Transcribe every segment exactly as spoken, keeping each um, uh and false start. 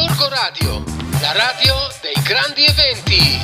Gorgo Radio, la radio dei grandi eventi.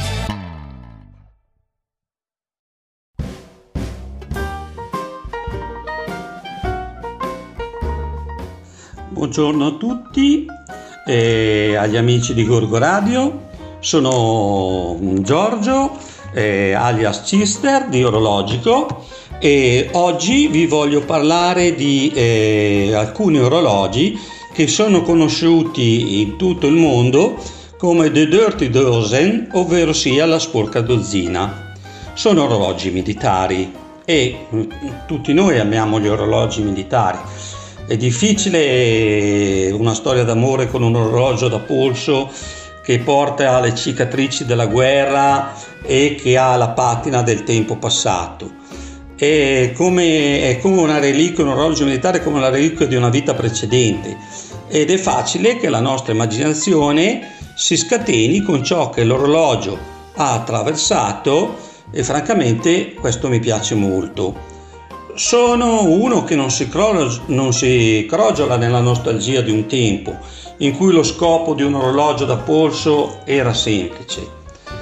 Buongiorno a tutti e agli amici di Gorgo Radio. Sono Giorgio, eh, alias Cister di Orologico, e oggi vi voglio parlare di eh, alcuni orologi che sono conosciuti in tutto il mondo come The Dirty Dozen, ovvero sia la sporca dozzina. Sono orologi militari e tutti noi amiamo gli orologi militari. È difficile una storia d'amore con un orologio da polso che porta alle cicatrici della guerra e che ha la patina del tempo passato. È come, è come una reliquia, un orologio militare è come la reliquia di una vita precedente, ed è facile che la nostra immaginazione si scateni con ciò che l'orologio ha attraversato, e francamente questo mi piace molto. Sono uno che non si, cro- non si crogiola nella nostalgia di un tempo in cui lo scopo di un orologio da polso era semplice.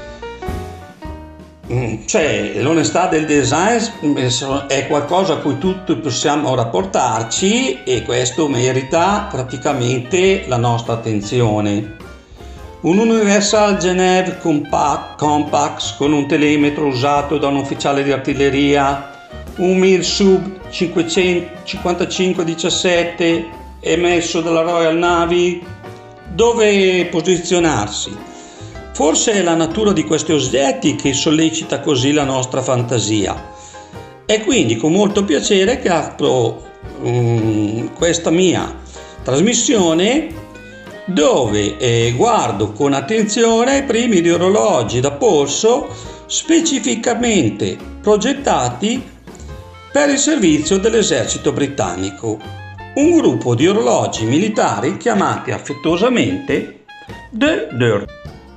Cioè, l'onestà del design è qualcosa a cui tutti possiamo rapportarci, e questo merita praticamente la nostra attenzione. Un Universal Genève Compact, Compact con un telemetro usato da un ufficiale di artiglieria, un Milsub cinquecentocinquantacinque diciassette emesso dalla Royal Navy. Dove posizionarsi? Forse è la natura di questi oggetti che sollecita così la nostra fantasia. È quindi con molto piacere che apro um, questa mia trasmissione, dove eh, guardo con attenzione i primi di orologi da polso specificamente progettati per il servizio dell'esercito britannico, un gruppo di orologi militari chiamati affettuosamente The Dirty.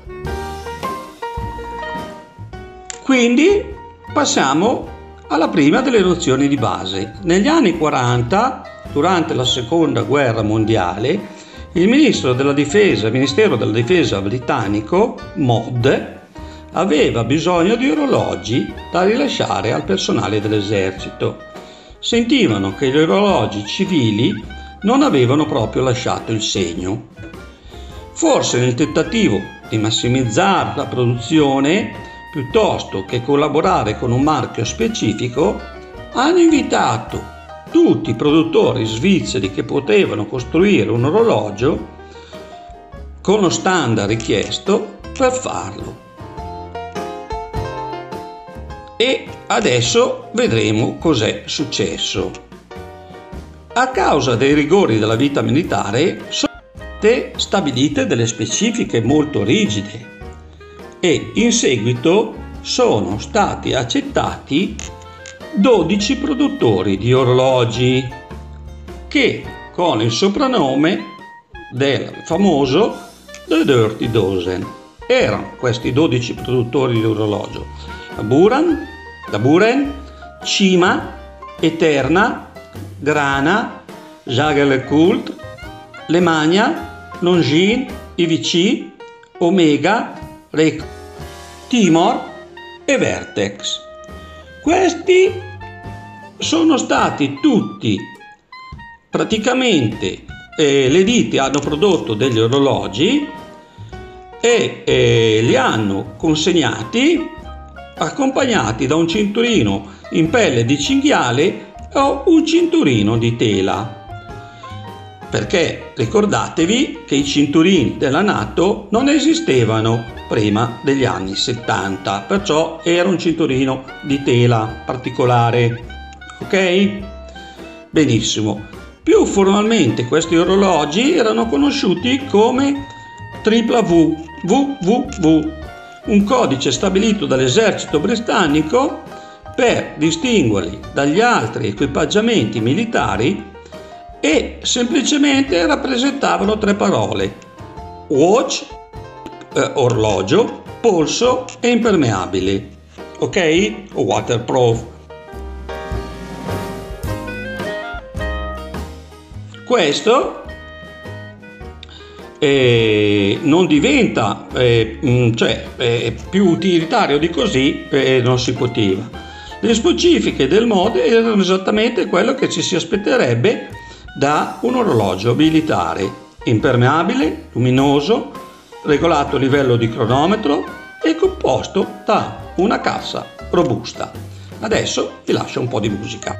Quindi passiamo alla prima delle nozioni di base. Negli anni quaranta, durante la seconda guerra mondiale, il ministro della difesa, il Ministero della Difesa britannico, M O D, aveva bisogno di orologi da rilasciare al personale dell'esercito. Sentivano che gli orologi civili non avevano proprio lasciato il segno. Forse nel tentativo di massimizzare la produzione, piuttosto che collaborare con un marchio specifico, hanno invitato tutti i produttori svizzeri che potevano costruire un orologio con lo standard richiesto per farlo. E adesso vedremo cos'è successo. A causa dei rigori della vita militare sono state stabilite delle specifiche molto rigide, e in seguito sono stati accettati dodici produttori di orologi che, con il soprannome del famoso The Dirty Dozen, erano questi dodici produttori di orologio: la Buran, la Buren, Cima, Eterna, Grana, Jaeger-LeCoultre, Lemagna, Longines, I V C, Omega, Rec, Timor e Vertex. Questi sono stati tutti praticamente eh, le ditte hanno prodotto degli orologi e eh, li hanno consegnati accompagnati da un cinturino in pelle di cinghiale o un cinturino di tela. Perché ricordatevi che i cinturini della NATO non esistevano prima degli anni settanta, perciò era un cinturino di tela particolare. Ok? Benissimo. Più formalmente questi orologi erano conosciuti come W W W, un codice stabilito dall'esercito britannico per distinguerli dagli altri equipaggiamenti militari, e semplicemente rappresentavano tre parole: watch, eh, orologio, polso e impermeabile, ok? O waterproof. Questo eh, non diventa eh, cioè, eh, più utilitario di così, eh, non si poteva. Le specifiche del mod erano esattamente quello che ci si aspetterebbe da un orologio militare: impermeabile, luminoso, regolato a livello di cronometro e composto da una cassa robusta. Adesso vi lascio un po' di musica.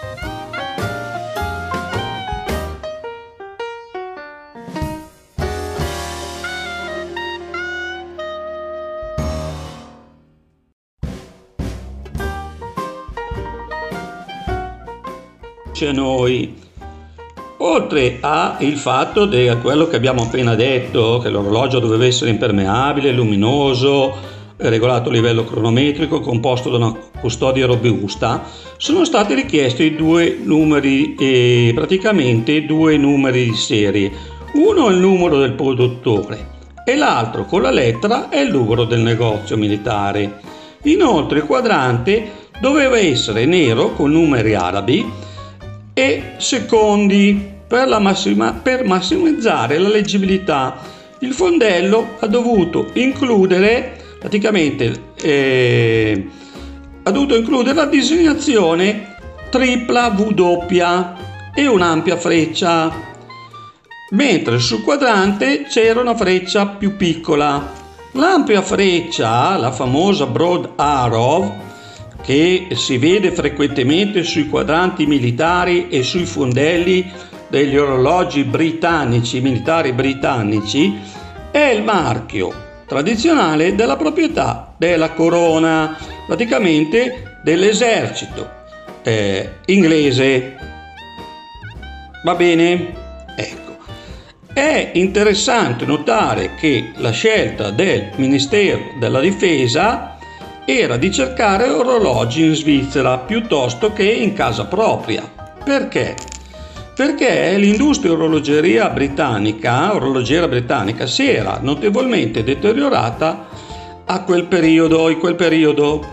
A noi, oltre a il fatto di quello che abbiamo appena detto, che l'orologio doveva essere impermeabile, luminoso, regolato a livello cronometrico, composto da una custodia robusta, sono stati richiesti due numeri, eh, praticamente due numeri di serie. Uno è il numero del produttore e l'altro, con la lettera, è il numero del negozio militare. Inoltre il quadrante doveva essere nero con numeri arabi e secondi per, la massima, per massimizzare la leggibilità. Il fondello ha dovuto includere praticamente eh, ha dovuto includere la disegnazione tripla W e un'ampia freccia, mentre sul quadrante c'era una freccia più piccola. L'ampia freccia, la famosa Broad Arrow, che si vede frequentemente sui quadranti militari e sui fondelli degli orologi britannici, militari britannici, è il marchio tradizionale della proprietà della corona, praticamente dell'esercito eh, inglese. Va bene? Ecco. È interessante notare che la scelta del Ministero della Difesa era di cercare orologi in Svizzera piuttosto che in casa propria. Perché? Perché l'industria orologeria britannica, orologiera britannica si era notevolmente deteriorata a quel periodo, in quel periodo.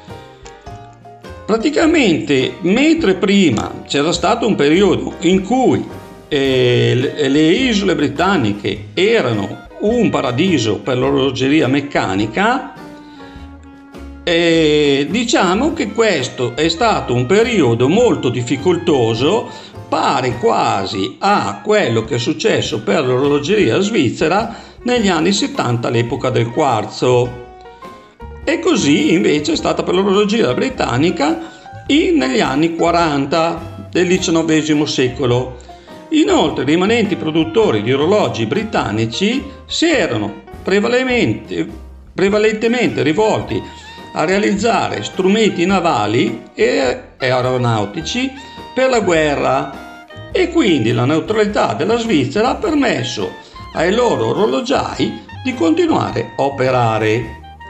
Praticamente, mentre prima c'era stato un periodo in cui eh, le isole britanniche erano un paradiso per l'orologeria meccanica, E diciamo che questo è stato un periodo molto difficoltoso, pari quasi a quello che è successo per l'orologeria svizzera negli anni settanta, all'epoca del quarzo. E così invece è stata per l'orologeria britannica in, negli anni quaranta del diciannovesimo secolo. Inoltre i rimanenti produttori di orologi britannici si erano prevalentemente, prevalentemente rivolti a realizzare strumenti navali e aeronautici per la guerra, e quindi la neutralità della Svizzera ha permesso ai loro orologiai di continuare a operare.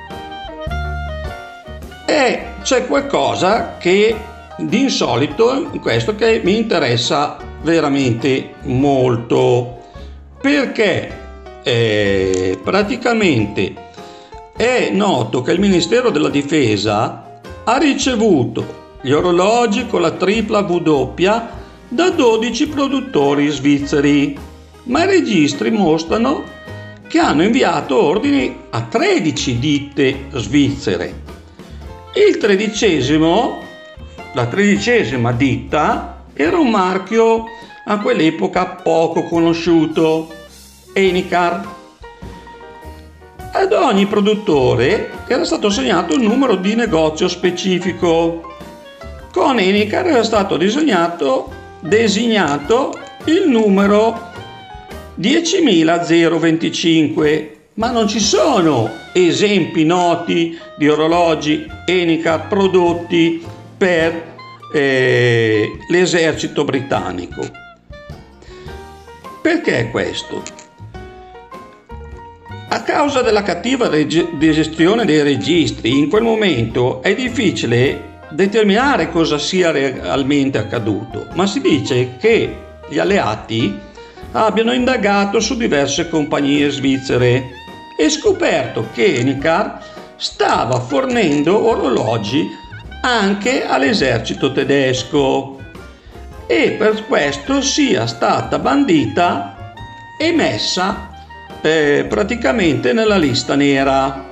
E c'è qualcosa che di insolito in questo che mi interessa veramente molto, perché eh, praticamente è noto che il Ministero della Difesa ha ricevuto gli orologi con la tripla W da dodici produttori svizzeri, ma i registri mostrano che hanno inviato ordini a tredici ditte svizzere. Il tredicesimo, la tredicesima ditta era un marchio a quell'epoca poco conosciuto, Henicar. Ad ogni produttore era stato assegnato un numero di negozio specifico. Con Henicar era stato disegnato, designato il numero diecimila venticinque, ma non ci sono esempi noti di orologi Henicar prodotti per eh, l'esercito britannico. Perché questo? A causa della cattiva reg- gestione dei registri, in quel momento è difficile determinare cosa sia realmente accaduto, ma si dice che gli alleati abbiano indagato su diverse compagnie svizzere e scoperto che Henicar stava fornendo orologi anche all'esercito tedesco, e per questo sia stata bandita e messa eh, praticamente nella lista nera.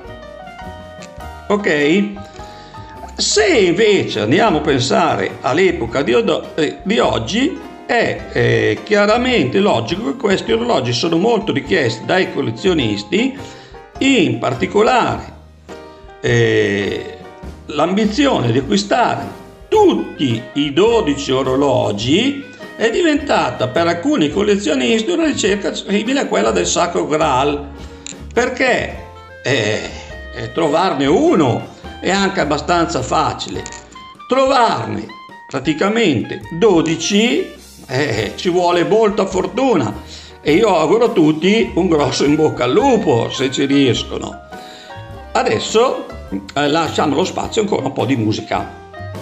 Ok? Se invece andiamo a pensare all'epoca di, eh, di oggi, è eh, chiaramente logico che questi orologi sono molto richiesti dai collezionisti, in particolare eh, l'ambizione di acquistare tutti i dodici orologi è diventata per alcuni collezionisti una ricerca simile a quella del Sacro Graal, perché eh, eh, trovarne uno è anche abbastanza facile, trovarne praticamente dodici eh, ci vuole molta fortuna, e io auguro a tutti un grosso in bocca al lupo se ci riescono. Adesso eh, lasciamo lo spazio ancora un po' di musica.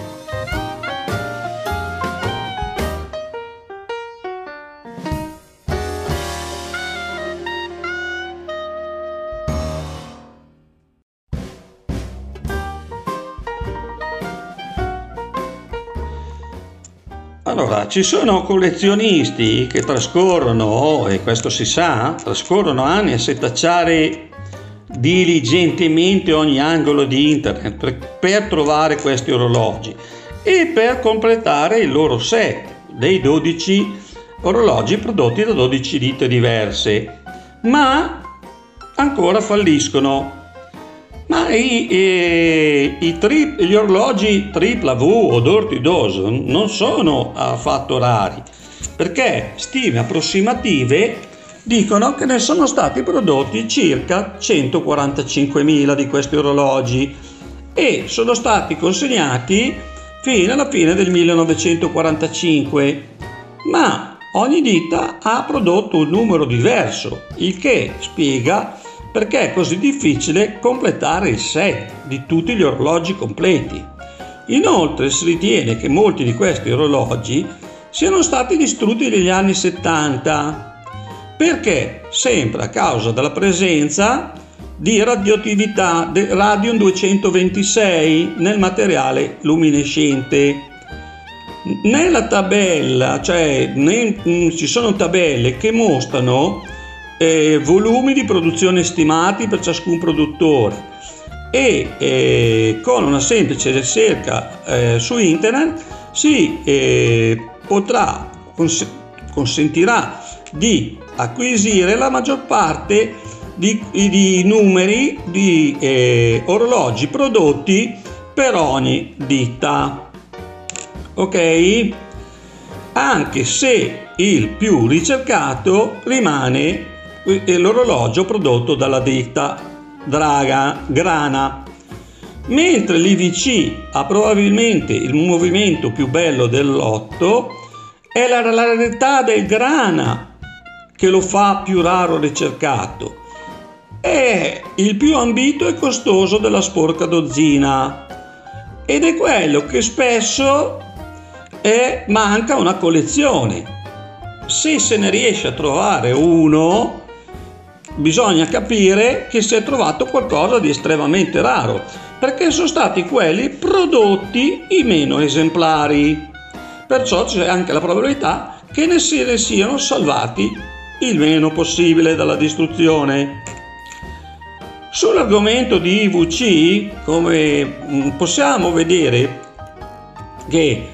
Allora, ci sono collezionisti che trascorrono, e questo si sa, trascorrono anni a setacciare diligentemente ogni angolo di internet per, per trovare questi orologi e per completare il loro set dei dodici orologi prodotti da dodici ditte diverse, ma ancora falliscono. Ma i, i, i tri, gli orologi tripla V o Dirty Dozen non sono affatto rari, perché stime approssimative dicono che ne sono stati prodotti circa centoquarantacinquemila di questi orologi e sono stati consegnati fino alla fine del millenovecentoquarantacinque, ma ogni ditta ha prodotto un numero diverso, il che spiega perché è così difficile completare il set di tutti gli orologi completi. Inoltre si ritiene che molti di questi orologi siano stati distrutti negli anni settanta, perché sempre a causa della presenza di radioattività radium duecentoventisei nel materiale luminescente. Nella tabella, cioè ne, ci sono tabelle che mostrano Eh, volumi di produzione stimati per ciascun produttore e eh, con una semplice ricerca eh, su internet si eh, potrà cons- consentirà di acquisire la maggior parte di, di numeri di eh, orologi prodotti per ogni ditta, ok? Anche se il più ricercato rimane l'orologio prodotto dalla ditta Draga, Grana, mentre l'I V C ha probabilmente il movimento più bello del lotto. È la rarità del Grana che lo fa più raro ricercato, è il più ambito e costoso della sporca dozzina ed è quello che spesso è, manca una collezione. Se se ne riesce a trovare uno, bisogna capire che si è trovato qualcosa di estremamente raro, perché sono stati quelli prodotti i meno esemplari, perciò c'è anche la probabilità che ne siano salvati il meno possibile dalla distruzione. Sull'argomento di I V C, come possiamo vedere che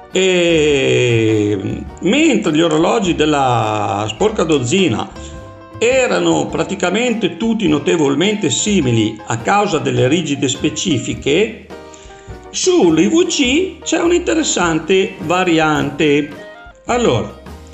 eh, mentre gli orologi della sporca dozzina erano praticamente tutti notevolmente simili a causa delle rigide specifiche, sull'I V C c'è un'interessante variante. Allora,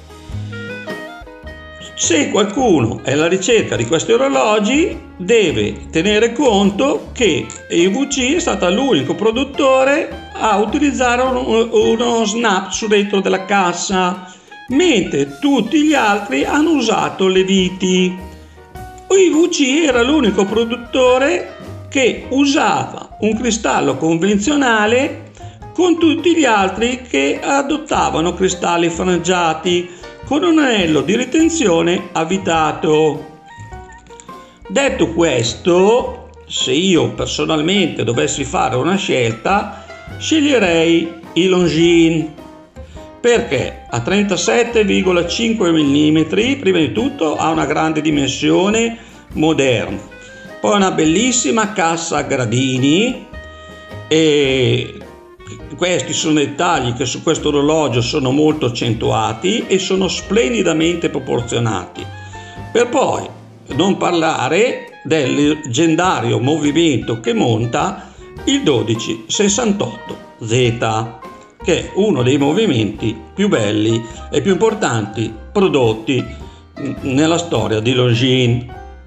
se qualcuno è alla ricerca di questi orologi, deve tenere conto che I V C è stata l'unico produttore a utilizzare uno, uno snap su dentro della cassa, mentre tutti gli altri hanno usato le viti. I V C era l'unico produttore che usava un cristallo convenzionale, con tutti gli altri che adottavano cristalli frangiati con un anello di ritenzione avvitato. Detto questo, se io personalmente dovessi fare una scelta, sceglierei i Longines, perché a trentasette virgola cinque millimetri prima di tutto ha una grande dimensione moderna, poi una bellissima cassa a gradini, e questi sono dettagli che su questo orologio sono molto accentuati e sono splendidamente proporzionati, per poi non parlare del leggendario movimento che monta il dodici sessantotto Z, che è uno dei movimenti più belli e più importanti prodotti nella storia di Longines.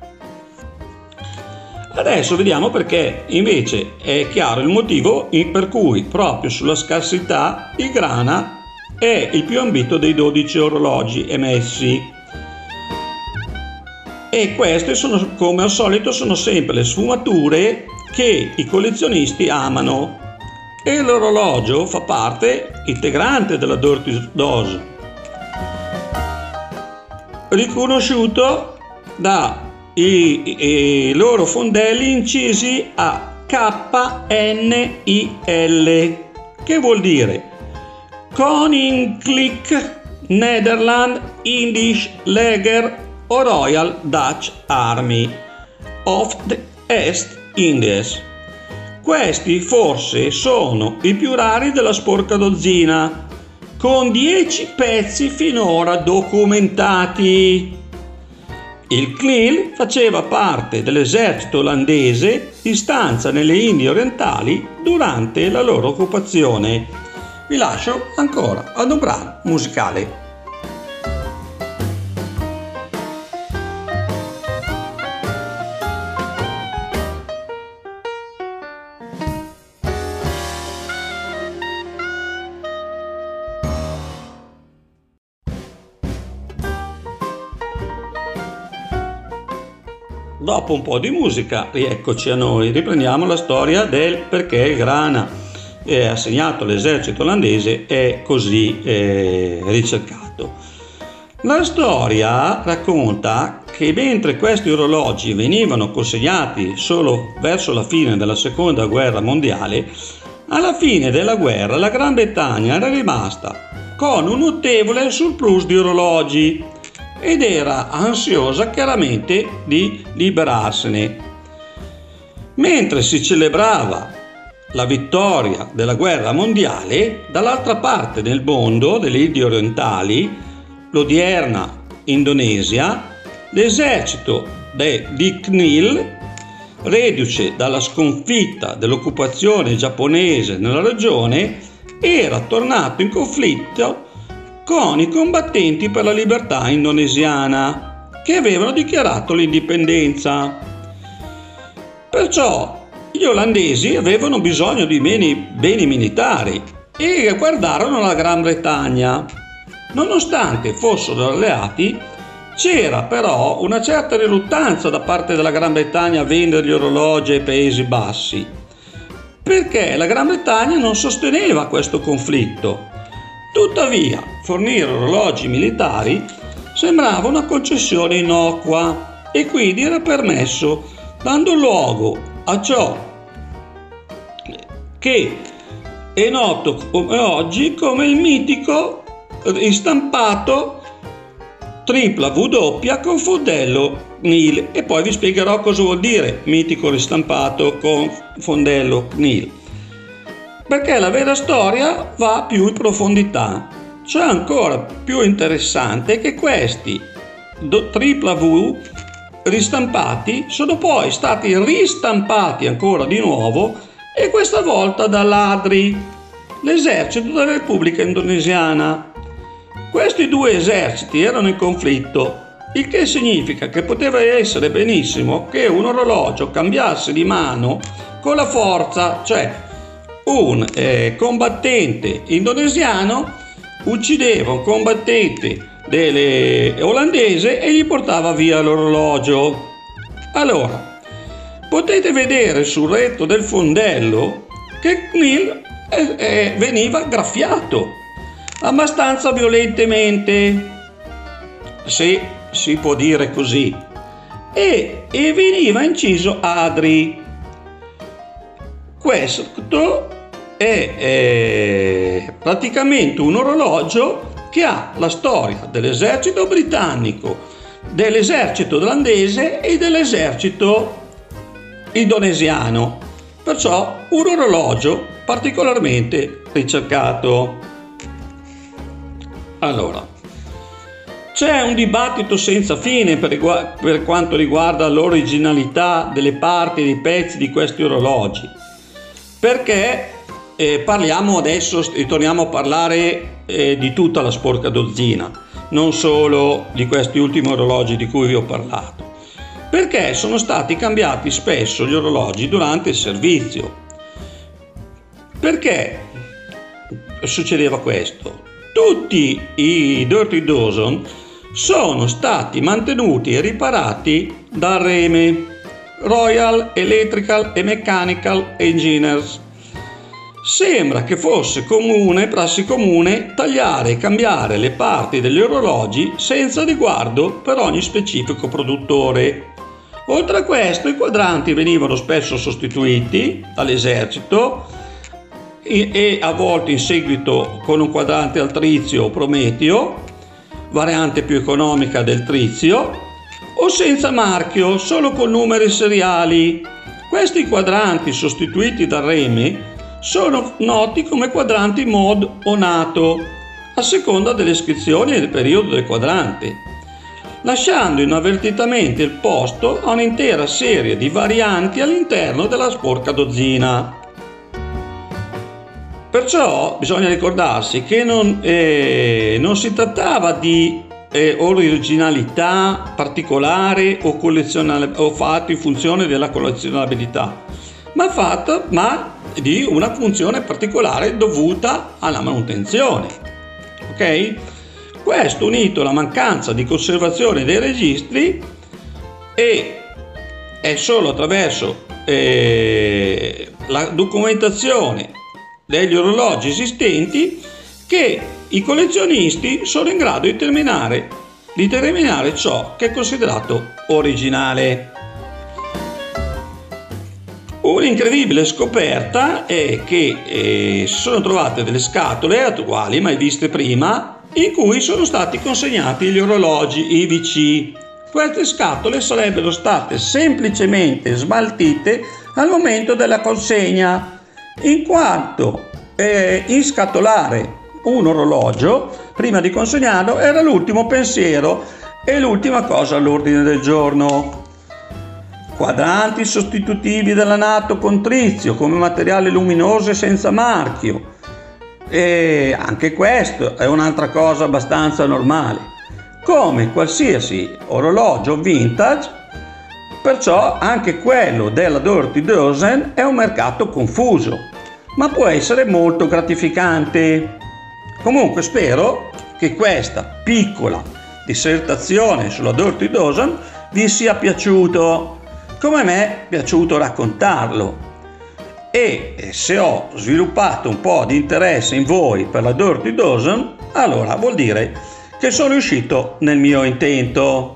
Adesso vediamo perché invece è chiaro il motivo per cui proprio sulla scarsità il Grana è il più ambito dei dodici orologi emessi. E queste sono, come al solito, sono sempre le sfumature che i collezionisti amano, e l'orologio fa parte integrante della Dirty Dozen, riconosciuto da i, i loro fondelli incisi a K N I L, che vuol dire Koninklijk Nederland Indisch Leger o Royal Dutch Army of the East Indies. Questi forse sono i più rari della sporca dozzina, con dieci pezzi finora documentati. Il C N I L faceva parte dell'esercito olandese in stanza nelle Indie orientali durante la loro occupazione. Vi lascio ancora ad un brano musicale. Dopo un po' di musica, rieccoci a noi, riprendiamo la storia del perché il Grana è assegnato all'esercito olandese è così eh, ricercato. La storia racconta che mentre questi orologi venivano consegnati solo verso la fine della seconda guerra mondiale, alla fine della guerra la Gran Bretagna era rimasta con un notevole surplus di orologi ed era ansiosa chiaramente di liberarsene. Mentre si celebrava la vittoria della guerra mondiale, dall'altra parte del mondo, delle Indie orientali, l'odierna Indonesia, l'esercito de, di C N I L, reduce dalla sconfitta dell'occupazione giapponese nella regione, era tornato in conflitto con i combattenti per la libertà indonesiana che avevano dichiarato l'indipendenza. Perciò gli olandesi avevano bisogno di beni, beni militari e guardarono la Gran Bretagna. Nonostante fossero alleati, c'era però una certa riluttanza da parte della Gran Bretagna a vendere gli orologi ai Paesi Bassi, perché la Gran Bretagna non sosteneva questo conflitto. Tuttavia, fornire orologi militari sembrava una concessione innocua e quindi era permesso, dando luogo a ciò che è noto come oggi come il mitico ristampato tripla W con fondello C N I L, e poi vi spiegherò cosa vuol dire mitico ristampato con fondello C N I L. Perché la vera storia va più in profondità. Cioè, ancora più interessante che questi tripla W ristampati sono poi stati ristampati ancora di nuovo, e questa volta dall'A D R I, l'esercito della Repubblica Indonesiana. Questi due eserciti erano in conflitto, il che significa che poteva essere benissimo che un orologio cambiasse di mano con la forza, cioè un eh, combattente indonesiano uccideva un combattente delle... olandese e gli portava via l'orologio. Allora, potete vedere sul retro del fondello che C N I L eh, eh, veniva graffiato abbastanza violentemente, se si può dire così, e, e veniva inciso A D R I. Questo è eh, praticamente un orologio che ha la storia dell'esercito britannico, dell'esercito olandese e dell'esercito indonesiano, perciò un orologio particolarmente ricercato. Allora, c'è un dibattito senza fine per, rigu- per quanto riguarda l'originalità delle parti e dei pezzi di questi orologi, perché eh, parliamo adesso, torniamo a parlare eh, di tutta la sporca dozzina, non solo di questi ultimi orologi di cui vi ho parlato, perché sono stati cambiati spesso gli orologi durante il servizio. Perché succedeva questo? Tutti i Dirty Dozen sono stati mantenuti e riparati da R E M E, Royal Electrical and Mechanical Engineers. Sembra che fosse comune, prassi comune, tagliare e cambiare le parti degli orologi senza riguardo per ogni specifico produttore. Oltre a questo, i quadranti venivano spesso sostituiti dall'esercito e, e a volte in seguito con un quadrante al trizio o Prometeo, variante più economica del trizio, o senza marchio, solo con numeri seriali. Questi quadranti sostituiti da R E M E sono noti come quadranti mod o NATO, a seconda delle iscrizioni e del periodo del quadrante, lasciando inavvertitamente il posto a un'intera serie di varianti all'interno della sporca dozzina. Perciò bisogna ricordarsi che non, eh, non si trattava di eh, originalità particolare o, o fatto in funzione della collezionabilità, ma fatto ma di una funzione particolare dovuta alla manutenzione. Ok? Questo unito alla mancanza di conservazione dei registri, e è solo attraverso eh, la documentazione degli orologi esistenti che i collezionisti sono in grado di determinare, di determinare ciò che è considerato originale. Un'incredibile scoperta è che eh, si sono trovate delle scatole attuali mai viste prima in cui sono stati consegnati gli orologi I V C. Queste scatole sarebbero state semplicemente smaltite al momento della consegna, in quanto eh, inscatolare un orologio prima di consegnarlo era l'ultimo pensiero e l'ultima cosa all'ordine del giorno. Quadranti sostitutivi della NATO con trizio come materiale luminoso e senza marchio, e anche questo è un'altra cosa abbastanza normale, come qualsiasi orologio vintage. Perciò anche quello della Dirty Dozen è un mercato confuso, ma può essere molto gratificante. Comunque spero che questa piccola dissertazione sulla Dirty Dozen vi sia piaciuto, come a me è piaciuto raccontarlo, e se ho sviluppato un po' di interesse in voi per la Dirty Dozen, allora vuol dire che sono riuscito nel mio intento.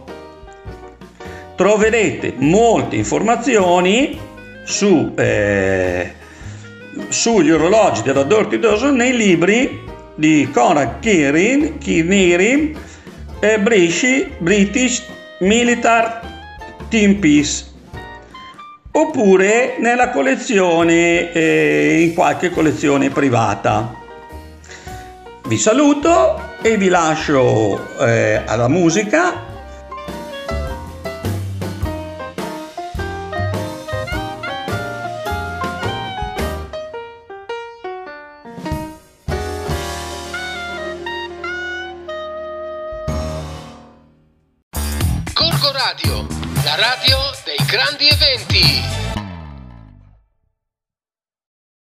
Troverete molte informazioni su, eh, sugli orologi della Dirty Dozen nei libri di Conrad Kearing, Kearing e British, British Military Timepiece, oppure nella collezione, eh, in qualche collezione privata. Vi saluto e vi lascio eh, alla musica. Gorgo Radio, la radio dei grandi eventi.